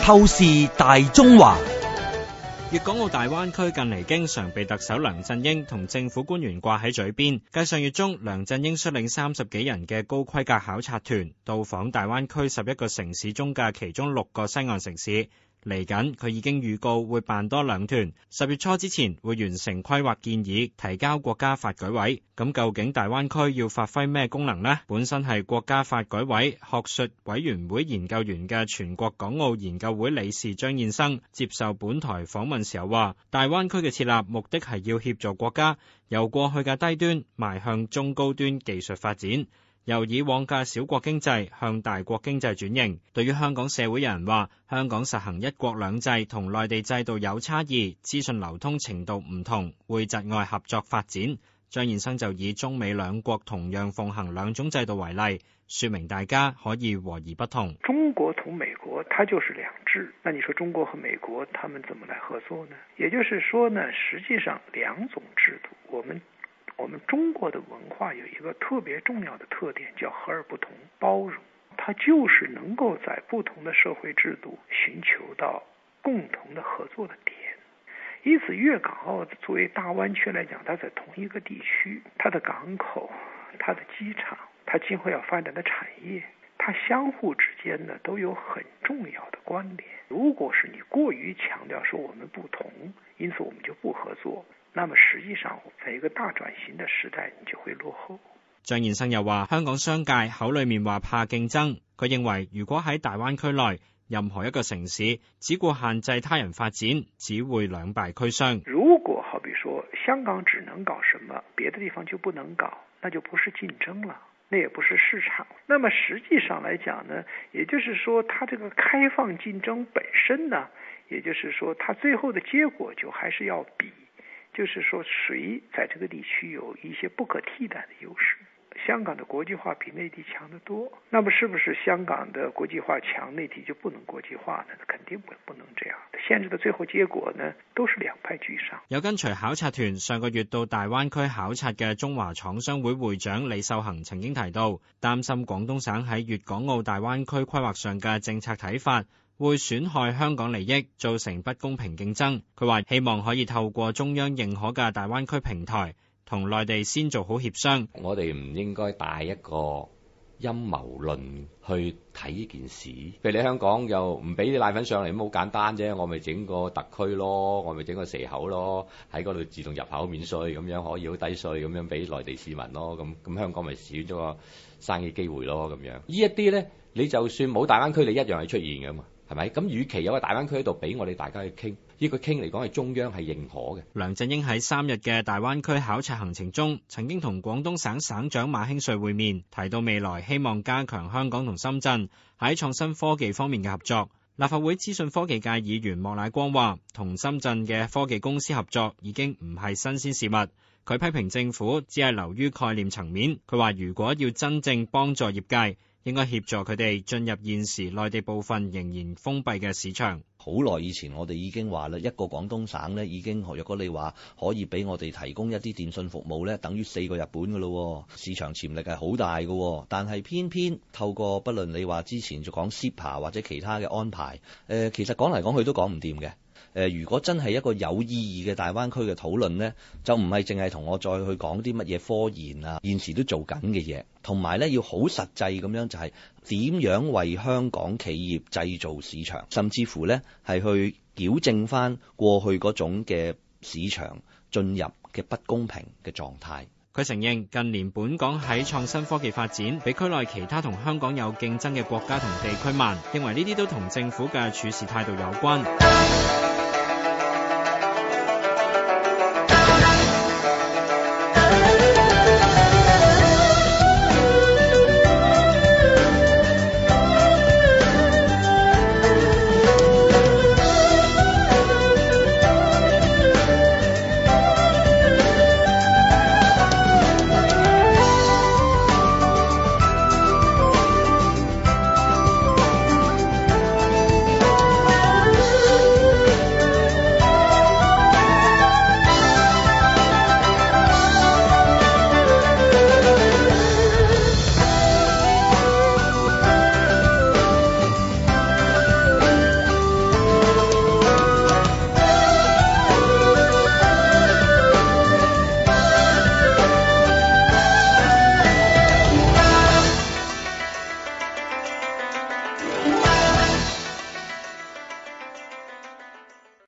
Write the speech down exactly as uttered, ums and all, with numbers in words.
透視大中華。 粵港澳大灣區近嚟經常被特首梁振英同政府官員掛喺嘴邊。繼上月中，梁振英率領三十幾人嘅高規格考察團到訪大灣區十一個城市中嘅其中六個西岸城市。嚟緊，佢已經預告會辦多兩團，十月初之前會完成規劃建議，提交國家發改委。咁究竟大灣區要發揮咩功能呢？本身係國家發改委學術委員會研究員嘅全國港澳研究會理事張燕生接受本台訪問時候話，大灣區嘅設立目的係要協助國家由過去嘅低端邁向中高端技術發展，由以往嘅小國經濟向大國經濟轉型。對於香港社會有人話，香港實行一國兩制同內地制度有差異，資訊流通程度唔同，會窒礙合作發展。張燕生就以中美兩國同樣奉行兩種制度為例，說明大家可以和而不同。 中國同美國它就是兩制，那你說中國和美國他們怎麼來合作呢？也就是說呢，實際上兩種制度，我們我們中國的文化有一個特別重要的特點，叫和而不同，包容。它就是能夠在不同的社會制度尋求到共同的合作的點。因此，粵港澳作為大灣區來講，它在同一個地區，它的港口、它的機場、它今後要發展的產業，它相互之間呢都有很重要的關聯。如果是你過於強調說我們不同，因此我們就不合作，那麼實際上在一個大轉型的時代，你就會落後。 張燕生又話，香港商界口裏面話怕競爭，佢認為如果喺大灣區內任何一個城市只顧限制他人發展，只會兩敗俱傷。 如果好比說香港只能搞什麼，別的地方就不能搞，那就不是競爭了，那也不是市場。那麼實際上來講呢，也就是說它這個開放競爭本身呢，也就是說它最後的結果就還是要比，就是說誰在這個地區有一些不可替代的優勢。香港的國際化比內地強得多，那麼是不是香港的國際化強，內地就不能國際化呢？肯定不不能這樣。限制的最後結果呢，都是兩敗俱傷。 有跟隨考察團上個月到大灣區考察嘅中華廠商會會長李秀恒曾經提到，擔心廣東省喺粵港澳大灣區規劃上嘅政策睇法會損害香港利益，造成不公平競爭。佢話希望可以透過中央認可嘅大灣區平台，同內地先做好協商。 我哋唔應該帶一個陰謀論去睇呢件事。譬如你香港又唔俾啲奶粉上嚟，咁好簡單啫，我咪整個特區咯，我咪整個蛇口咯，喺嗰度自動入口免稅，咁樣可以好低稅，咁樣俾內地市民咯。咁咁香港咪少咗個生意機會咯。咁樣呢一啲咧，你就算冇大灣區，你一樣係出現噶嘛。係咪？咁與其有個大灣區喺度俾我哋大家去傾，呢個傾嚟講係中央係認可嘅。 梁振英喺三日嘅大灣區考察行程中，曾經同廣東省省長馬興瑞會面，提到未來希望加強香港同深圳喺創新科技方面嘅合作。立法會資訊科技界議員莫乃光話，同深圳嘅科技公司合作已經唔係新鮮事物。佢批評政府只係留於概念層面。佢話如果要真正幫助業界，應該協助佢哋進入現時內地部分仍然封閉嘅市場。 好耐以前我哋已經話啦，一個廣東省咧已經，若果你話可以俾我哋提供一啲電信服務咧，等於四個日本㗎咯，市場潛力係好大㗎。但係偏偏透過不論你話之前就講 C E P A 或者其他嘅安排，呃、其實講嚟講去都講唔掂嘅。誒，如果真係一個有意義嘅大灣區嘅討論呢，就唔係淨係同我再去講啲乜嘢科研啊，現時都做緊嘅嘢，同埋呢要好實際咁樣，就係點樣為香港企業製造市場，甚至乎呢係去矯正翻過去嗰種嘅市場進入嘅不公平嘅狀態。 佢承認近年本港喺創新科技發展比區內其他同香港有競爭嘅國家同地區慢，認為呢啲都同政府嘅處事態度有關。